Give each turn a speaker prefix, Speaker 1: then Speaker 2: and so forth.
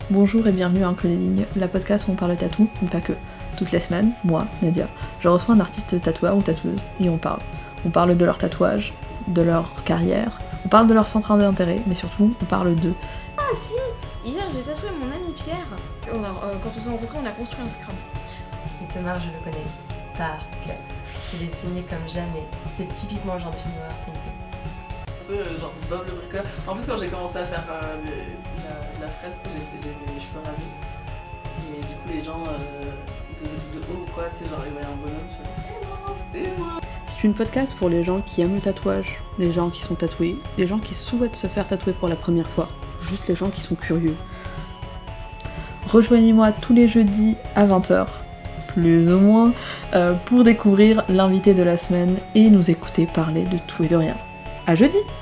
Speaker 1: Bonjour et bienvenue à Entre les lignes, la podcast où on parle tatou, mais pas que. Toutes les semaines, moi, Nadia, je reçois un artiste tatoueur ou tatoueuse et on parle. On parle de leur tatouage, de leur carrière, on parle de leur centre d'intérêt, mais surtout, on parle d'eux.
Speaker 2: Ah si, hier j'ai tatoué mon ami Pierre. Quand on s'est rencontrés, on a construit un scrum.
Speaker 3: Midsommar, je le connais par cœur. Je l'ai saigné comme jamais. C'est typiquement le genre de film d'horreur qui me plaît.
Speaker 4: Genre Bob le bricoleur. En plus, quand j'ai commencé à faire la fresque, j'avais les cheveux rasés. Et du coup, les gens de haut, quoi, tu sais, genre ils voyaient un bonhomme, je fais hey, non, c'est moi.
Speaker 1: C'est une podcast pour les gens qui aiment le tatouage, les gens qui sont tatoués, les gens qui souhaitent se faire tatouer pour la première fois, ou juste les gens qui sont curieux. Rejoignez-moi tous les jeudis à 20h, plus ou moins, pour découvrir l'invité de la semaine et nous écouter parler de tout et de rien. À jeudi!